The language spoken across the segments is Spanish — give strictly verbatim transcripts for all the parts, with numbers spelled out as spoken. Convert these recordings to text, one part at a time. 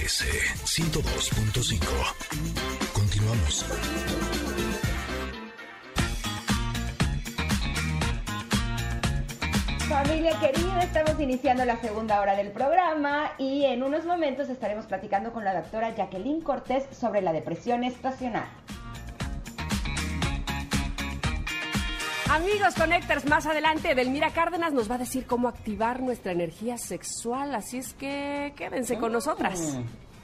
S ciento dos punto cinco. Continuamos. Familia querida, estamos iniciando la segunda hora del programa y en unos momentos estaremos platicando con la doctora Jacqueline Cortés sobre la depresión estacional. Amigos Connectors, más adelante Edelmira Cárdenas nos va a decir cómo activar nuestra energía sexual, así es que quédense con nosotras.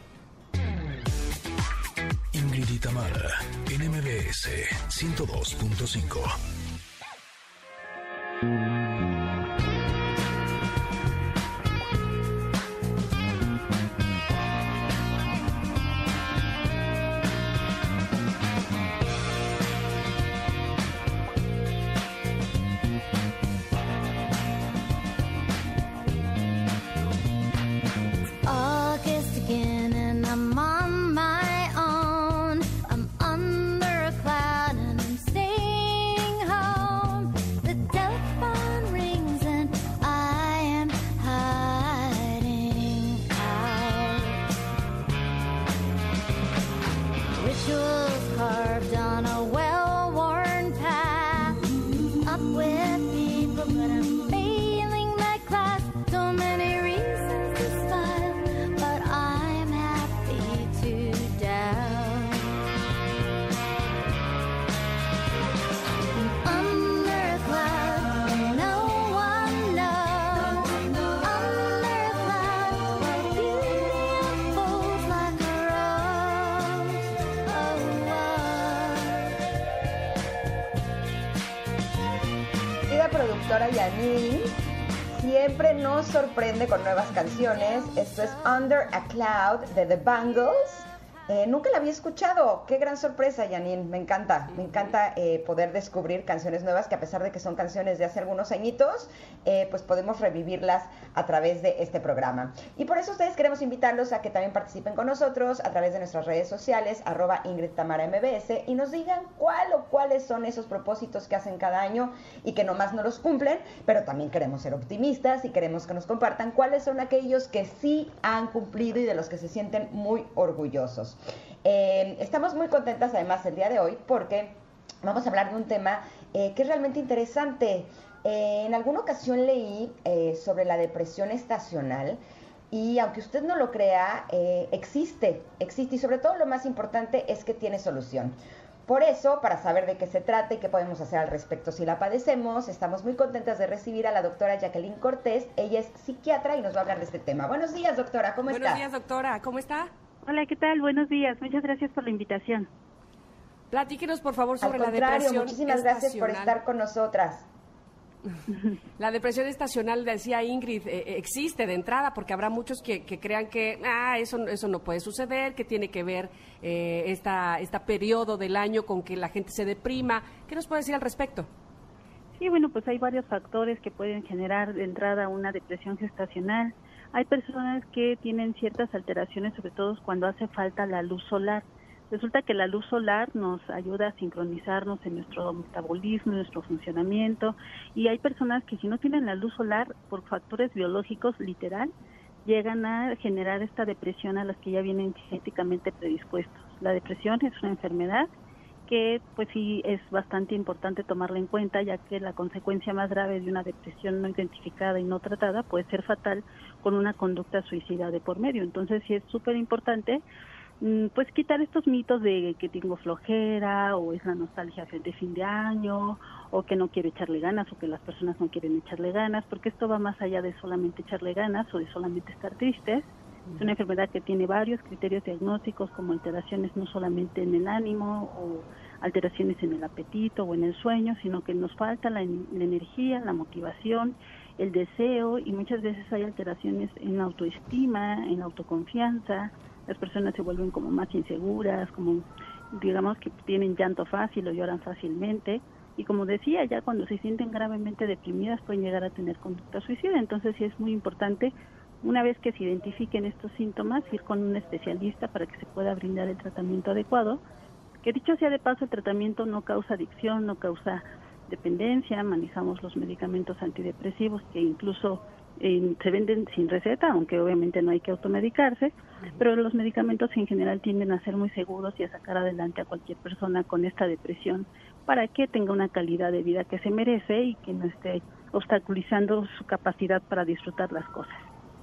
Ingrid y Tamara, en M B S ciento dos punto cinco. Productora Janine siempre nos sorprende con nuevas canciones. Esto es Under a Cloud de The Bangles. Eh, nunca la había escuchado. Qué gran sorpresa, Janine. Me encanta. Me encanta eh, poder descubrir canciones nuevas que, a pesar de que son canciones de hace algunos añitos, eh, pues podemos revivirlas a través de este programa. Y por eso ustedes queremos invitarlos a que también participen con nosotros a través de nuestras redes sociales, arroba Ingrid Tamara M B S, y nos digan cuál o cuáles son esos propósitos que hacen cada año y que nomás no los cumplen, pero también queremos ser optimistas y queremos que nos compartan cuáles son aquellos que sí han cumplido y de los que se sienten muy orgullosos. Eh, estamos muy contentas además el día de hoy porque vamos a hablar de un tema eh, que es realmente interesante. Eh, en alguna ocasión leí eh, sobre la depresión estacional y aunque usted no lo crea, eh, existe, existe y sobre todo lo más importante es que tiene solución. Por eso, para saber de qué se trata y qué podemos hacer al respecto si la padecemos, estamos muy contentas de recibir a la doctora Jacqueline Cortés. Ella es psiquiatra y nos va a hablar de este tema. Buenos días, doctora, ¿cómo está? Buenos días, doctora, ¿cómo está? Hola, ¿qué tal? Buenos días. Muchas gracias por la invitación. Platíquenos, por favor, sobre la depresión estacional. Muchísimas gracias por estar con nosotras. La depresión estacional, decía Ingrid, eh, existe de entrada porque habrá muchos que, que crean que ah, eso, eso no puede suceder, que tiene que ver eh, esta, esta periodo del año con que la gente se deprima. ¿Qué nos puede decir al respecto? Sí, bueno, pues hay varios factores que pueden generar de entrada una depresión gestacional. Hay personas que tienen ciertas alteraciones, sobre todo cuando hace falta la luz solar. Resulta que la luz solar nos ayuda a sincronizarnos en nuestro metabolismo, en nuestro funcionamiento, y hay personas que si no tienen la luz solar, por factores biológicos, literal, llegan a generar esta depresión a las que ya vienen genéticamente predispuestos. La depresión es una enfermedad que pues sí es bastante importante tomarla en cuenta, ya que la consecuencia más grave de una depresión no identificada y no tratada puede ser fatal con una conducta suicida de por medio. Entonces sí es súper importante pues quitar estos mitos de que tengo flojera o es la nostalgia de fin de año o que no quiero echarle ganas o que las personas no quieren echarle ganas, porque esto va más allá de solamente echarle ganas o de solamente estar tristes. Es una enfermedad que tiene varios criterios diagnósticos como alteraciones no solamente en el ánimo o alteraciones en el apetito o en el sueño, sino que nos falta la, la energía, la motivación, el deseo, y muchas veces hay alteraciones en la autoestima, en la autoconfianza. Las personas se vuelven como más inseguras, como digamos que tienen llanto fácil o lloran fácilmente, y como decía, ya cuando se sienten gravemente deprimidas pueden llegar a tener conducta suicida. Entonces sí es muy importante, una vez que se identifiquen estos síntomas, ir con un especialista para que se pueda brindar el tratamiento adecuado, que dicho sea de paso, el tratamiento no causa adicción, no causa dependencia, manejamos los medicamentos antidepresivos que incluso eh, se venden sin receta, aunque obviamente no hay que automedicarse, uh-huh. pero los medicamentos en general tienden a ser muy seguros y a sacar adelante a cualquier persona con esta depresión para que tenga una calidad de vida que se merece y que no esté obstaculizando su capacidad para disfrutar las cosas.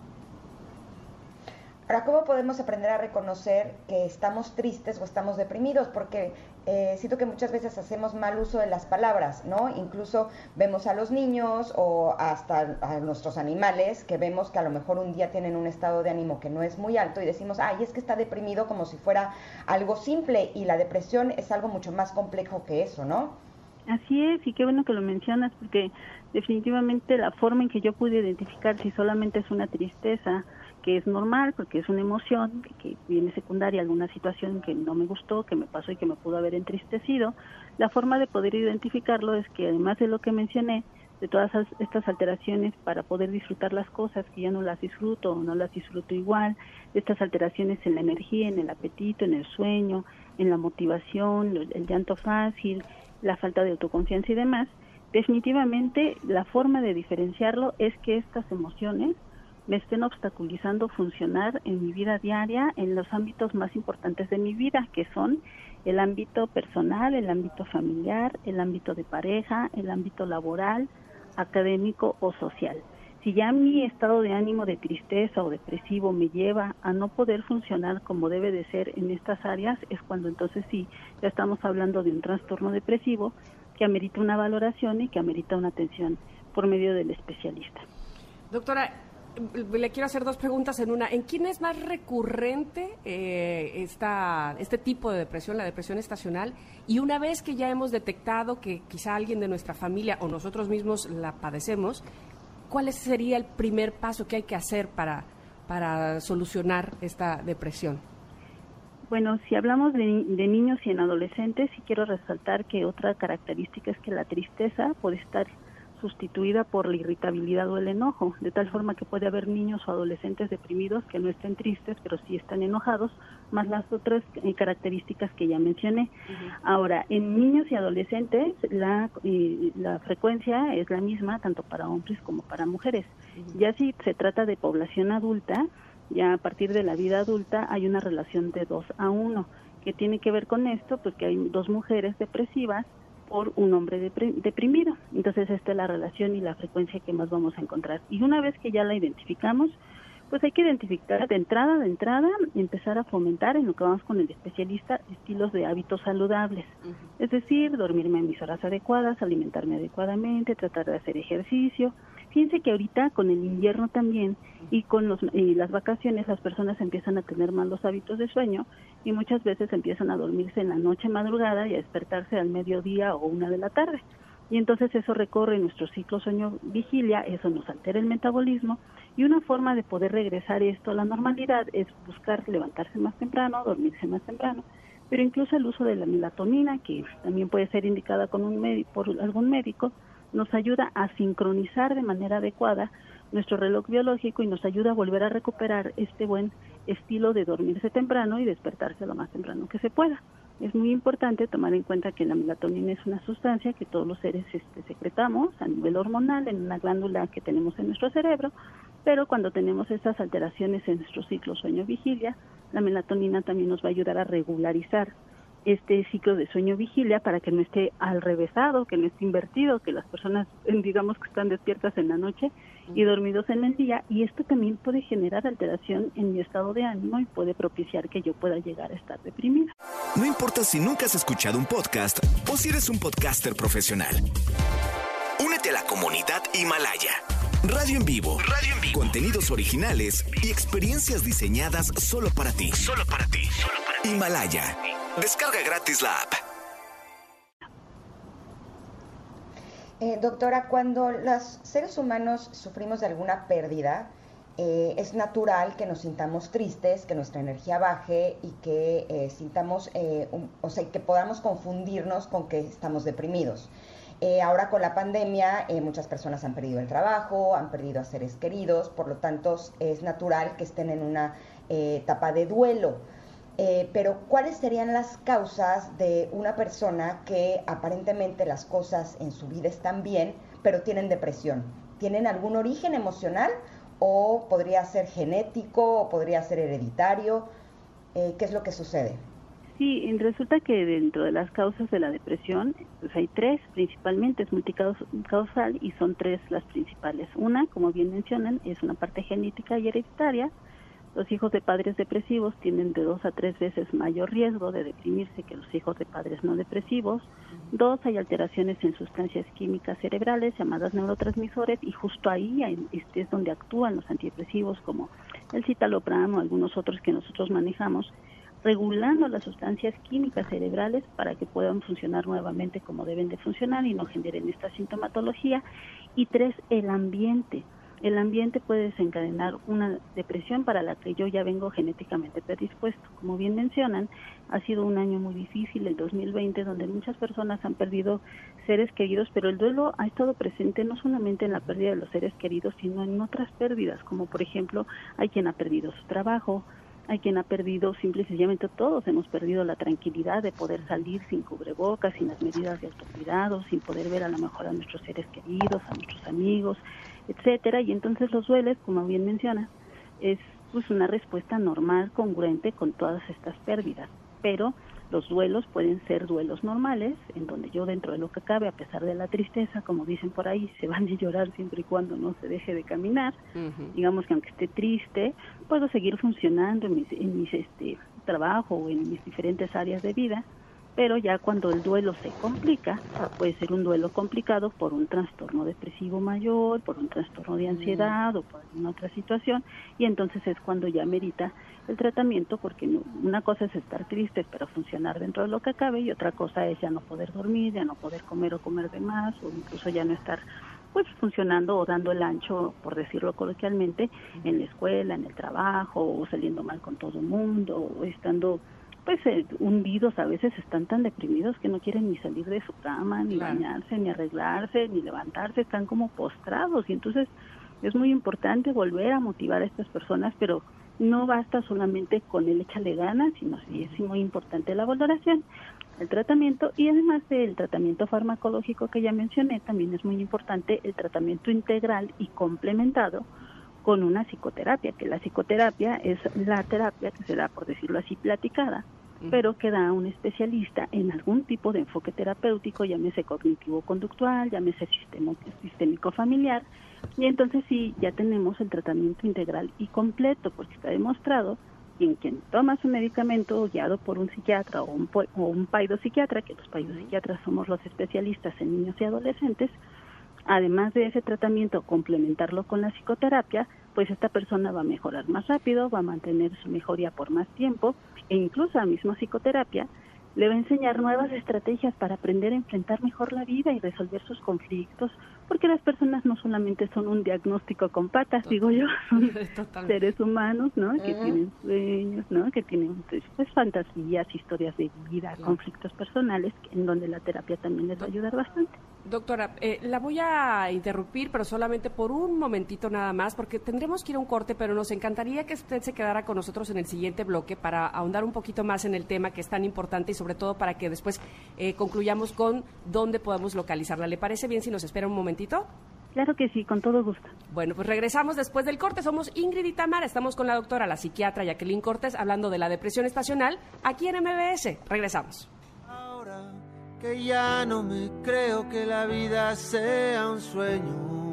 Ahora, ¿cómo podemos aprender a reconocer que estamos tristes o estamos deprimidos? Porque eh, siento que muchas veces hacemos mal uso de las palabras, ¿no? Incluso vemos a los niños o hasta a nuestros animales que vemos que a lo mejor un día tienen un estado de ánimo que no es muy alto y decimos, ay, es que está deprimido, como si fuera algo simple, y la depresión es algo mucho más complejo que eso, ¿no? Así es, y qué bueno que lo mencionas, porque definitivamente la forma en que yo pude identificar si solamente es una tristeza, que es normal, porque es una emoción, que viene secundaria, alguna situación que no me gustó, que me pasó y que me pudo haber entristecido, la forma de poder identificarlo es que, además de lo que mencioné, de todas estas alteraciones para poder disfrutar las cosas, que ya no las disfruto o no las disfruto igual, estas alteraciones en la energía, en el apetito, en el sueño, en la motivación, el llanto fácil, la falta de autoconfianza y demás, definitivamente la forma de diferenciarlo es que estas emociones me estén obstaculizando funcionar en mi vida diaria, en los ámbitos más importantes de mi vida, que son el ámbito personal, el ámbito familiar, el ámbito de pareja, el ámbito laboral, académico o social. Si ya mi estado de ánimo de tristeza o depresivo me lleva a no poder funcionar como debe de ser en estas áreas, es cuando entonces sí, ya estamos hablando de un trastorno depresivo que amerita una valoración y que amerita una atención por medio del especialista. Doctora, le quiero hacer dos preguntas en una. ¿En quién es más recurrente eh, esta, este tipo de depresión, la depresión estacional? Y una vez que ya hemos detectado que quizá alguien de nuestra familia o nosotros mismos la padecemos, ¿cuál sería el primer paso que hay que hacer para, para solucionar esta depresión? Bueno, si hablamos de, de niños y en adolescentes, sí quiero resaltar que otra característica es que la tristeza puede estar sustituida por la irritabilidad o el enojo, de tal forma que puede haber niños o adolescentes deprimidos que no estén tristes, pero sí están enojados, más las otras eh, características que ya mencioné. Uh-huh. Ahora, en niños y adolescentes la, eh, la frecuencia es la misma, tanto para hombres como para mujeres. Uh-huh. Ya si se trata de población adulta, ya a partir de la vida adulta hay una relación de dos a uno, que tiene que ver con esto, porque hay dos mujeres depresivas por un hombre deprimido. Entonces esta es la relación y la frecuencia que más vamos a encontrar. Y una vez que ya la identificamos, pues hay que identificar de entrada, de entrada, empezar a fomentar en lo que vamos con el especialista, estilos de hábitos saludables. Uh-huh. Es decir, dormirme en mis horas adecuadas, alimentarme adecuadamente, tratar de hacer ejercicio. Fíjense que ahorita con el invierno también y con los, y las vacaciones las personas empiezan a tener malos hábitos de sueño y muchas veces empiezan a dormirse en la noche madrugada y a despertarse al mediodía o una de la tarde. Y entonces eso recorre nuestro ciclo sueño-vigilia, eso nos altera el metabolismo y una forma de poder regresar esto a la normalidad es buscar levantarse más temprano, dormirse más temprano, pero incluso el uso de la melatonina, que también puede ser indicada con un médico, por algún médico, nos ayuda a sincronizar de manera adecuada nuestro reloj biológico y nos ayuda a volver a recuperar este buen estilo de dormirse temprano y despertarse lo más temprano que se pueda. Es muy importante tomar en cuenta que la melatonina es una sustancia que todos los seres este, secretamos a nivel hormonal en una glándula que tenemos en nuestro cerebro, pero cuando tenemos estas alteraciones en nuestro ciclo sueño-vigilia, la melatonina también nos va a ayudar a regularizar este ciclo de sueño-vigilia para que no esté al revésado, que no esté invertido, que las personas digamos que están despiertas en la noche y dormidos en el día, y esto también puede generar alteración en mi estado de ánimo y puede propiciar que yo pueda llegar a estar deprimida. No importa si nunca has escuchado un podcast o si eres un podcaster profesional. Únete a la comunidad Himalaya. Radio en vivo. Radio en vivo. Contenidos originales y experiencias diseñadas solo para ti. Solo para ti. Solo para ti. Himalaya. Descarga gratis la app. Eh, doctora, cuando los seres humanos sufrimos de alguna pérdida, eh, es natural que nos sintamos tristes, que nuestra energía baje y que eh, sintamos, eh, un, o sea, que podamos confundirnos con que estamos deprimidos. Eh, ahora con la pandemia, eh, muchas personas han perdido el trabajo, han perdido a seres queridos, por lo tanto es natural que estén en una eh, etapa de duelo. Eh, pero ¿cuáles serían las causas de una persona que aparentemente las cosas en su vida están bien, pero tienen depresión? ¿Tienen algún origen emocional o podría ser genético o podría ser hereditario? Eh, ¿Qué es lo que sucede? Sí, resulta que dentro de las causas de la depresión, pues hay tres principalmente, es multicausal y son tres las principales. Una, como bien mencionan, es una parte genética y hereditaria. Los hijos de padres depresivos tienen de dos a tres veces mayor riesgo de deprimirse que los hijos de padres no depresivos. Dos, hay alteraciones en sustancias químicas cerebrales llamadas neurotransmisores y justo ahí este es donde actúan los antidepresivos como el citalopram o algunos otros que nosotros manejamos, regulando las sustancias químicas cerebrales para que puedan funcionar nuevamente como deben de funcionar y no generen esta sintomatología. Y tres, el ambiente. El ambiente puede desencadenar una depresión para la que yo ya vengo genéticamente predispuesto. Como bien mencionan, ha sido un año muy difícil, el dos mil veinte, donde muchas personas han perdido seres queridos, pero el duelo ha estado presente no solamente en la pérdida de los seres queridos, sino en otras pérdidas, como por ejemplo, hay quien ha perdido su trabajo, hay quien ha perdido, simple y sencillamente todos hemos perdido la tranquilidad de poder salir sin cubrebocas, sin las medidas de autocuidado, sin poder ver a lo mejor a nuestros seres queridos, a nuestros amigos, etcétera, y entonces los duelos, como bien menciona, es pues una respuesta normal, congruente con todas estas pérdidas, pero los duelos pueden ser duelos normales, en donde yo dentro de lo que cabe, a pesar de la tristeza, como dicen por ahí, se van a llorar siempre y cuando no se deje de caminar, uh-huh. Digamos que aunque esté triste, puedo seguir funcionando en mis, en mis este trabajo o en mis diferentes áreas de vida, pero ya cuando el duelo se complica, puede ser un duelo complicado por un trastorno depresivo mayor, por un trastorno de ansiedad mm. o por alguna otra situación, y entonces es cuando ya merita el tratamiento, porque no, una cosa es estar triste pero funcionar dentro de lo que cabe, y otra cosa es ya no poder dormir, ya no poder comer o comer de más, o incluso ya no estar pues funcionando o dando el ancho, por decirlo coloquialmente, en la escuela, en el trabajo, o saliendo mal con todo el mundo, o estando pues eh, hundidos, a veces están tan deprimidos que no quieren ni salir de su cama, ni claro. bañarse, ni arreglarse, ni levantarse, están como postrados, y entonces es muy importante volver a motivar a estas personas, pero no basta solamente con el échale ganas, sino sí es muy importante la valoración, el tratamiento, y además del tratamiento farmacológico que ya mencioné, también es muy importante el tratamiento integral y complementado con una psicoterapia, que la psicoterapia es la terapia que se da, por decirlo así, platicada, uh-huh. pero que da un especialista en algún tipo de enfoque terapéutico, llámese cognitivo-conductual, llámese sistema, sistémico familiar, y entonces sí, ya tenemos el tratamiento integral y completo, porque está demostrado que en quien toma su medicamento guiado por un psiquiatra o un, o un paidopsiquiatra, que los paidopsiquiatras somos los especialistas en niños y adolescentes, además de ese tratamiento, complementarlo con la psicoterapia, pues esta persona va a mejorar más rápido, va a mantener su mejoría por más tiempo, e incluso la misma psicoterapia le va a enseñar nuevas estrategias para aprender a enfrentar mejor la vida y resolver sus conflictos, porque las personas no solamente son un diagnóstico con patas, Total. digo yo, son seres humanos, ¿no? Uh-huh. Que tienen sueños, ¿no? Que tienen pues fantasías, historias de vida, claro. conflictos personales, en donde la terapia también les va a ayudar bastante. Doctora, eh, la voy a interrumpir, pero solamente por un momentito nada más, porque tendremos que ir a un corte, pero nos encantaría que usted se quedara con nosotros en el siguiente bloque para ahondar un poquito más en el tema que es tan importante y sobre todo para que después eh, concluyamos con dónde podemos localizarla. ¿Le parece bien si nos espera un momentito? Claro que sí, con todo gusto. Bueno, pues regresamos después del corte. Somos Ingrid y Tamara, estamos con la doctora, la psiquiatra Jacqueline Cortés, hablando de la depresión estacional aquí en M B S. Regresamos. Ahora que ya no me creo que la vida sea un sueño,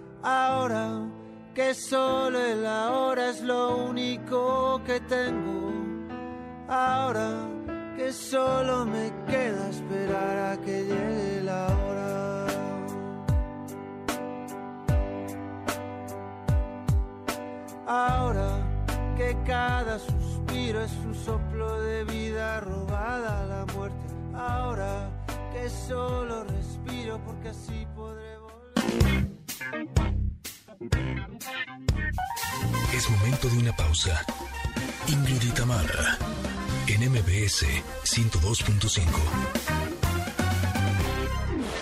ahora que solo el ahora es lo único que tengo, ahora que solo me queda esperar a que llegue la hora. Ahora que cada suspiro es un soplo de vida robada a la muerte, ahora que solo respiro porque así podré volver. Es momento de una pausa. Ingrid y Tamara en M B S ciento dos punto cinco.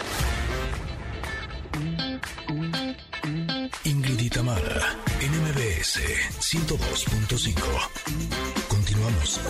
Ingrid y Tamara en M B S ciento dos punto cinco. Continuamos.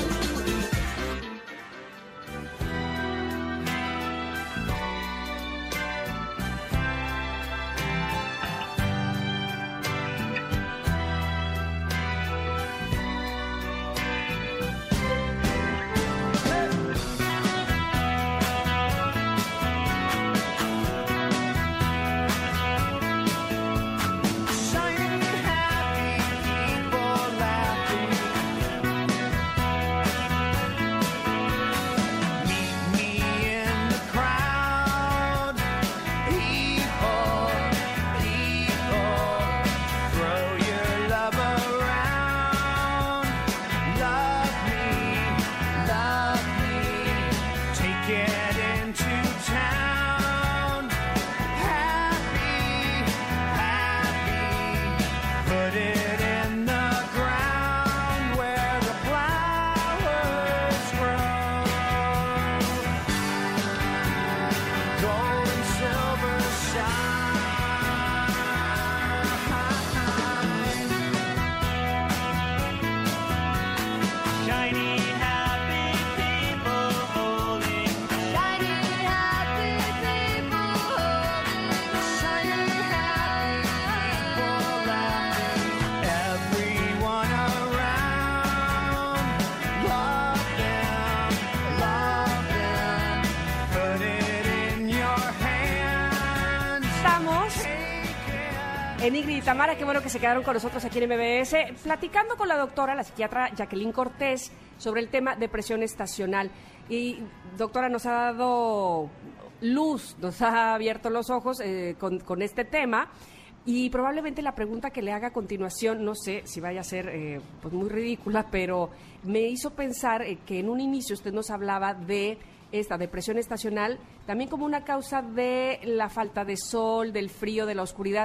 En Ingrid y Tamara, qué bueno que se quedaron con nosotros aquí en M B S, platicando con la doctora, la psiquiatra Jacqueline Cortés, sobre el tema depresión estacional. Y, doctora, nos ha dado luz, nos ha abierto los ojos eh, con, con este tema. Y probablemente la pregunta que le haga a continuación, no sé si vaya a ser eh, pues muy ridícula, pero me hizo pensar eh, que en un inicio usted nos hablaba de esta depresión estacional, también como una causa de la falta de sol, del frío, de la oscuridad.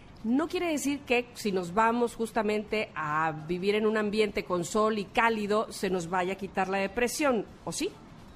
No quiere decir que si nos vamos justamente a vivir en un ambiente con sol y cálido, se nos vaya a quitar la depresión, ¿o sí?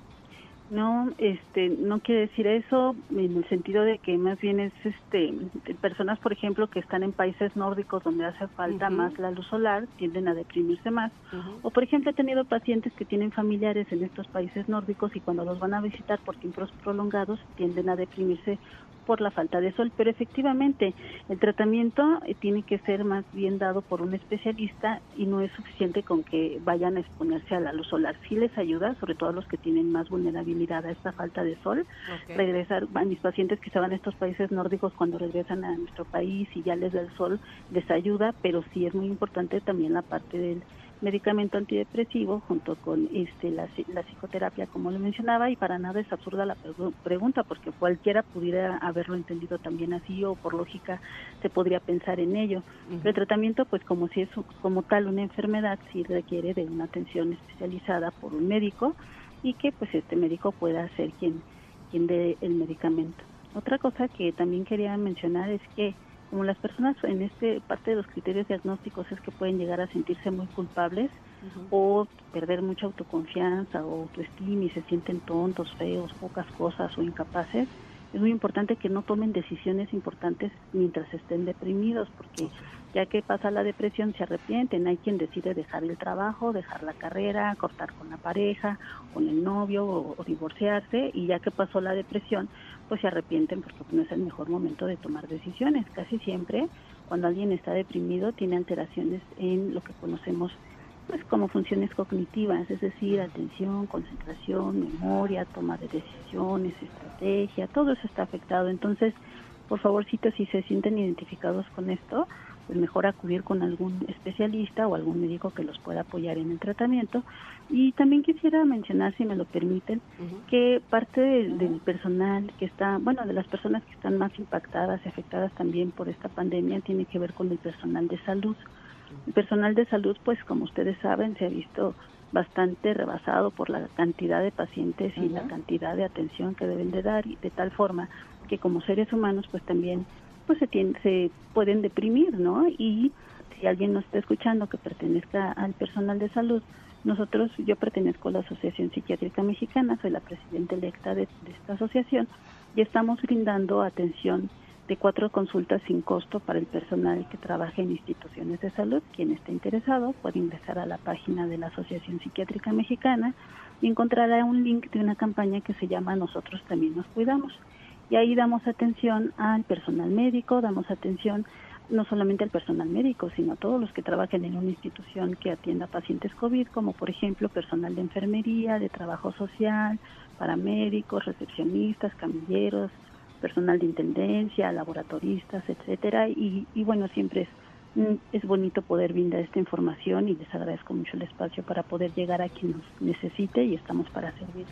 No, este, no quiere decir eso, en el sentido de que más bien es, este, personas, por ejemplo, que están en países nórdicos donde hace falta uh-huh. más la luz solar, tienden a deprimirse más. Uh-huh. O, por ejemplo, he tenido pacientes que tienen familiares en estos países nórdicos y cuando los van a visitar por tiempos prolongados tienden a deprimirse por la falta de sol, pero efectivamente el tratamiento eh, tiene que ser más bien dado por un especialista y no es suficiente con que vayan a exponerse a la luz solar. Sí les ayuda, sobre todo a los que tienen más vulnerabilidad a esta falta de sol. Okay. Regresar, a mis pacientes que estaban en estos países nórdicos, cuando regresan a nuestro país y ya les da el sol, les ayuda, pero sí es muy importante también la parte del medicamento antidepresivo junto con este la, la psicoterapia, como le mencionaba, y para nada es absurda la pre- pregunta, porque cualquiera pudiera haberlo entendido también así, o por lógica se podría pensar en ello. Uh-huh. El tratamiento, pues como si es como tal una enfermedad, sí requiere de una atención especializada por un médico y que pues este médico pueda ser quien, quien dé el medicamento. Otra cosa que también quería mencionar es que como las personas en este parte de los criterios diagnósticos es que pueden llegar a sentirse muy culpables uh-huh. o perder mucha autoconfianza o autoestima y se sienten tontos, feos, pocas cosas o incapaces, es muy importante que no tomen decisiones importantes mientras estén deprimidos, porque ya que pasa la depresión se arrepienten. Hay quien decide dejar el trabajo, dejar la carrera, cortar con la pareja, con el novio o, o divorciarse, y ya que pasó la depresión pues se arrepienten porque no es el mejor momento de tomar decisiones. Casi siempre cuando alguien está deprimido tiene alteraciones en lo que conocemos pues como funciones cognitivas, es decir, atención, concentración, memoria, toma de decisiones, estrategia, todo eso está afectado. Entonces, por favorcito, si se sienten identificados con esto, pues mejor acudir con algún especialista o algún médico que los pueda apoyar en el tratamiento. Y también quisiera mencionar, si me lo permiten, uh-huh. que parte de, del personal que está, bueno, de las personas que están más impactadas y afectadas también por esta pandemia, tiene que ver con el personal de salud. El personal de salud, pues como ustedes saben, se ha visto bastante rebasado por la cantidad de pacientes uh-huh. y la cantidad de atención que deben de dar, y de tal forma que como seres humanos pues también pues se, tiene, se pueden deprimir, ¿no? Y si alguien nos está escuchando que pertenezca al personal de salud, nosotros, yo pertenezco a la Asociación Psiquiátrica Mexicana, soy la presidenta electa de, de esta asociación, y estamos brindando atención este, cuatro consultas sin costo para el personal que trabaje en instituciones de salud. Quien esté interesado puede ingresar a la página de la Asociación Psiquiátrica Mexicana y encontrará un link de una campaña que se llama Nosotros También Nos Cuidamos. Y ahí damos atención al personal médico, damos atención no solamente al personal médico, sino a todos los que trabajen en una institución que atienda pacientes COVID, como por ejemplo personal de enfermería, de trabajo social, paramédicos, recepcionistas, camilleros, personal de intendencia, laboratoristas, etcétera. Y, y bueno, siempre es, es bonito poder brindar esta información y les agradezco mucho el espacio para poder llegar a quien nos necesite y estamos para servirles.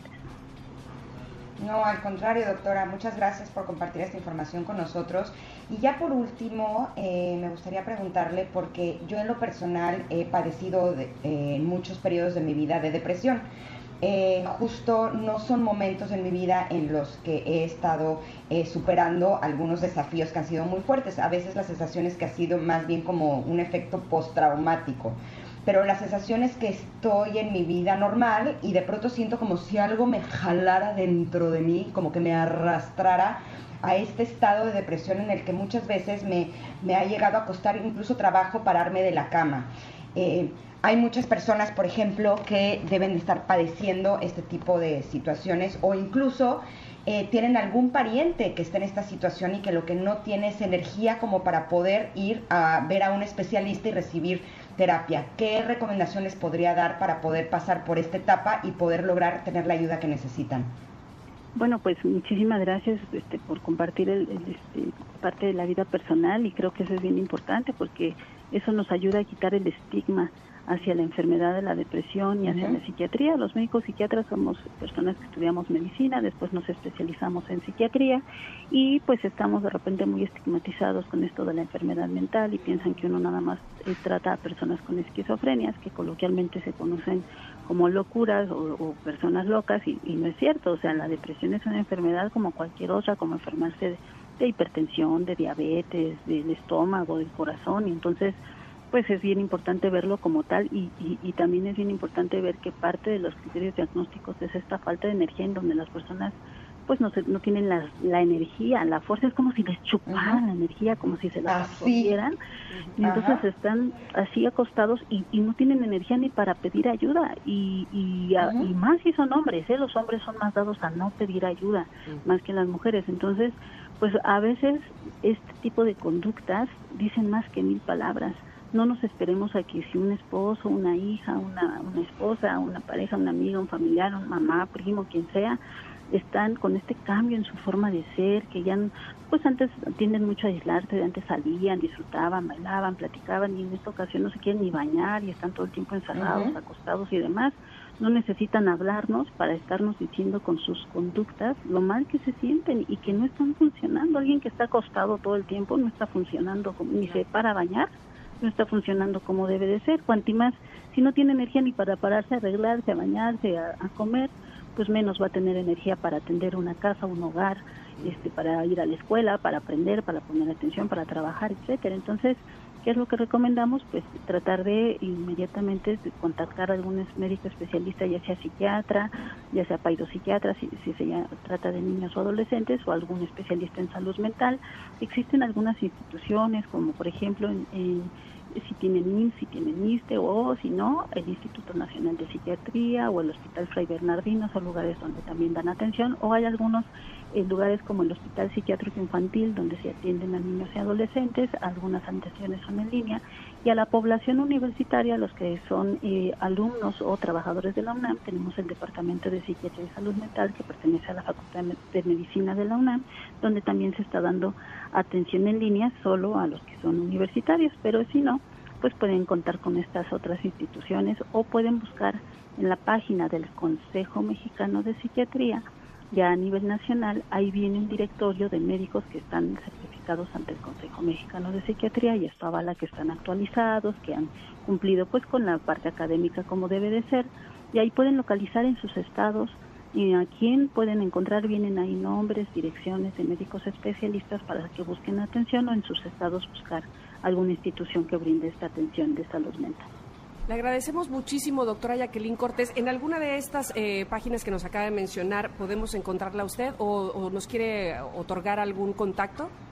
No, al contrario, doctora, muchas gracias por compartir esta información con nosotros. Y ya por último, eh, me gustaría preguntarle, porque yo en lo personal he padecido de, eh, en muchos periodos de mi vida de depresión. Eh, justo no son momentos en mi vida en los que he estado eh, superando algunos desafíos que han sido muy fuertes. A veces la sensación es que ha sido más bien como un efecto postraumático. Pero la sensación es que estoy en mi vida normal y de pronto siento como si algo me jalara dentro de mí, como que me arrastrara a este estado de depresión en el que muchas veces me, me ha llegado a costar incluso trabajo pararme de la cama. Eh, hay muchas personas, por ejemplo, que deben de estar padeciendo este tipo de situaciones o incluso eh, tienen algún pariente que esté en esta situación y que lo que no tiene es energía como para poder ir a ver a un especialista y recibir terapia. ¿Qué recomendaciones podría dar para poder pasar por esta etapa y poder lograr tener la ayuda que necesitan? Bueno, pues muchísimas gracias este, por compartir el, el, este, parte de la vida personal, y creo que eso es bien importante porque eso nos ayuda a quitar el estigma hacia la enfermedad de la depresión y hacia uh-huh. la psiquiatría. Los médicos psiquiatras somos personas que estudiamos medicina, después nos especializamos en psiquiatría y pues estamos de repente muy estigmatizados con esto de la enfermedad mental y piensan que uno nada más eh, trata a personas con esquizofrenias, que coloquialmente se conocen como locuras o, o personas locas, y, y no es cierto. O sea, la depresión es una enfermedad como cualquier otra, como enfermarse de, de hipertensión, de diabetes, del estómago, del corazón, y entonces pues es bien importante verlo como tal y, y, y también es bien importante ver que parte de los criterios diagnósticos es esta falta de energía en donde las personas pues no se, no tienen la, la energía, la fuerza, es como si les chuparan uh-huh. la energía, como si se la absorbieran, y entonces uh-huh. están así acostados y, y no tienen energía ni para pedir ayuda, y, y, uh-huh. a, y más si son hombres, ¿eh? Los hombres son más dados a no pedir ayuda, uh-huh. más que las mujeres. Entonces pues a veces este tipo de conductas dicen más que mil palabras. No nos esperemos a que si un esposo, una hija, una, una esposa, una pareja, una amiga, un familiar, un mamá, primo, quien sea, están con este cambio en su forma de ser, que ya pues antes tienden mucho a aislarse, antes salían, disfrutaban, bailaban, platicaban, y en esta ocasión no se quieren ni bañar y están todo el tiempo encerrados, uh-huh. acostados y demás. No necesitan hablarnos para estarnos diciendo con sus conductas lo mal que se sienten y que no están funcionando. Alguien que está acostado todo el tiempo no está funcionando, ni se para a bañar, no está funcionando como debe de ser. Cuanto más, si no tiene energía ni para pararse, arreglarse, a bañarse, a, a comer, pues menos va a tener energía para atender una casa, un hogar, este, para ir a la escuela, para aprender, para poner atención, para trabajar, etcétera. Entonces, ¿qué es lo que recomendamos? Pues tratar de inmediatamente de contactar a algún médico especialista, ya sea psiquiatra, ya sea paidopsiquiatra, si, si se ya, trata de niños o adolescentes, o algún especialista en salud mental. Existen algunas instituciones, como por ejemplo en, en si tienen I M S S, si tienen ISSSTE, o si no, el Instituto Nacional de Psiquiatría o el Hospital Fray Bernardino, son lugares donde también dan atención, o hay algunos eh, lugares como el Hospital Psiquiátrico Infantil, donde se atienden a niños y adolescentes. Algunas atenciones son en línea, y a la población universitaria, los que son eh, alumnos o trabajadores de la UNAM, tenemos el Departamento de Psiquiatría y Salud Mental, que pertenece a la Facultad de Medicina de la UNAM, donde también se está dando atención en línea solo a los que son universitarios, pero si no, pues pueden contar con estas otras instituciones o pueden buscar en la página del Consejo Mexicano de Psiquiatría. Ya a nivel nacional, ahí viene un directorio de médicos que están certificados ante el Consejo Mexicano de Psiquiatría, y esto avala que están actualizados, que han cumplido pues con la parte académica como debe de ser, y ahí pueden localizar en sus estados y a quién pueden encontrar. Vienen ahí nombres, direcciones de médicos especialistas para que busquen atención, o en sus estados buscar alguna institución que brinde esta atención de salud mental. Le agradecemos muchísimo, doctora Jacqueline Cortés. ¿En alguna de estas eh, páginas que nos acaba de mencionar podemos encontrarla usted, o, o nos quiere otorgar algún contacto?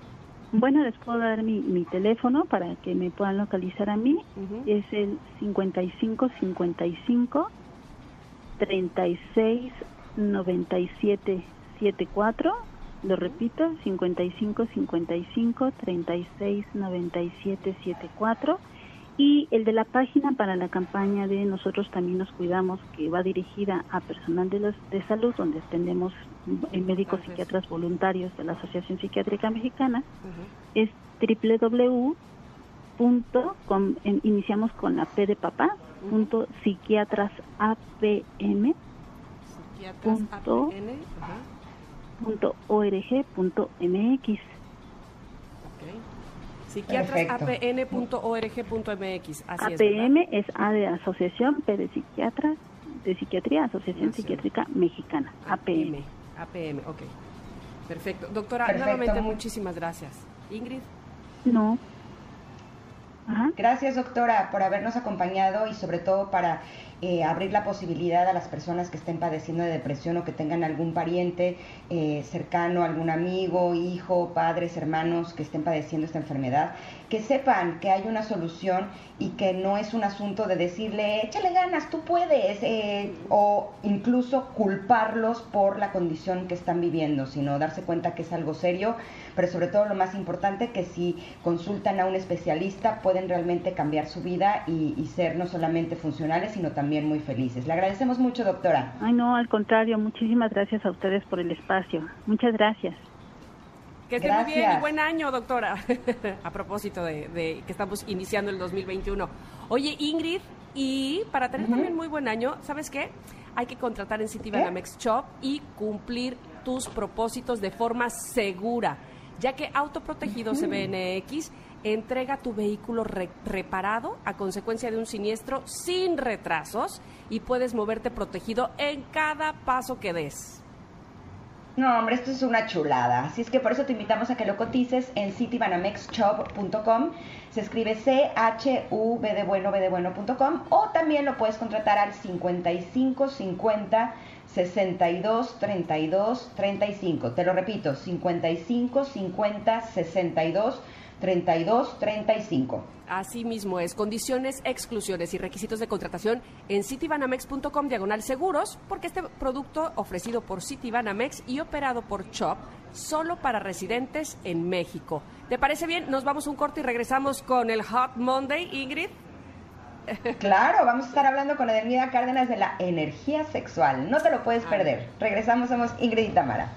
Bueno, les puedo dar mi, mi teléfono para que me puedan localizar a mí. Uh-huh. Es el cincuenta y cinco cincuenta y cinco treinta y seis noventa y siete setenta y cuatro. Lo repito, cincuenta y cinco cincuenta y cinco treinta y seis noventa y siete setenta y cuatro. Y el de la página para la campaña de Nosotros También Nos Cuidamos, que va dirigida a personal de, los, de salud, donde atendemos médicos psiquiatras voluntarios de la Asociación Psiquiátrica Mexicana, uh-huh. es doble u doble u doble u punto com, en, iniciamos con la P de papá, uh-huh. punto psiquiatras A P M, punto, uh-huh. punto org punto M X. Okay. psiquiatras A P N punto org punto M X. Así A P M es, es A de Asociación, P de Psiquiatras, de Psiquiatría, Asociación sí. Psiquiátrica Mexicana, A P M. A P M, ok. Perfecto. Doctora, Perfecto. nuevamente muchísimas gracias. Ingrid. No. Ajá. Gracias, doctora, por habernos acompañado y sobre todo para eh, abrir la posibilidad a las personas que estén padeciendo de depresión o que tengan algún pariente eh, cercano, algún amigo, hijo, padres, hermanos que estén padeciendo esta enfermedad, que sepan que hay una solución y que no es un asunto de decirle, échale ganas, tú puedes, eh, o incluso culparlos por la condición que están viviendo, sino darse cuenta que es algo serio, pero sobre todo lo más importante, que si consultan a un especialista pueden realmente cambiar su vida y, y ser no solamente funcionales, sino también muy felices. Le agradecemos mucho, doctora. Ay, no, al contrario, muchísimas gracias a ustedes por el espacio. Muchas gracias. Que esté Gracias. muy bien y buen año, doctora. A propósito de, de que estamos iniciando el dos mil veintiuno. Oye, Ingrid, y para tener uh-huh. también muy buen año, ¿sabes qué? Hay que contratar en Citibanamex Shop y cumplir tus propósitos de forma segura, ya que Autoprotegido uh-huh. C B N X entrega tu vehículo re- reparado a consecuencia de un siniestro sin retrasos y puedes moverte protegido en cada paso que des. No, hombre, esto es una chulada. Así es que por eso te invitamos a que lo cotices en citibanamex shop punto com. Se escribe C H U B de bueno, B de bueno punto com, o también lo puedes contratar al cincuenta y cinco cincuenta sesenta y dos treinta y dos treinta y cinco. Te lo repito, cincuenta y cinco cincuenta sesenta y dos treinta y dos treinta y cinco. Así mismo es. Condiciones, exclusiones y requisitos de contratación en citibanamex punto com diagonal seguros, porque este producto ofrecido por Citibanamex y operado por Chop solo para residentes en México. ¿Te parece bien? Nos vamos a un corte y regresamos con el Hot Monday, Ingrid. Claro, vamos a estar hablando con Edelmira Cárdenas de la energía sexual. No te lo puedes perder. Regresamos, somos Ingrid y Tamara.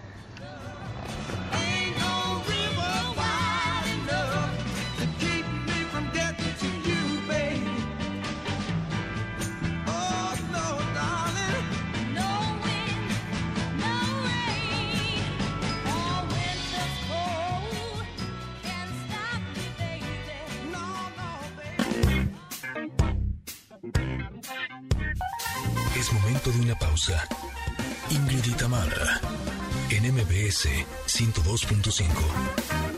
Es momento de una pausa. Ingrid y Tamara, en M B S ciento dos punto cinco.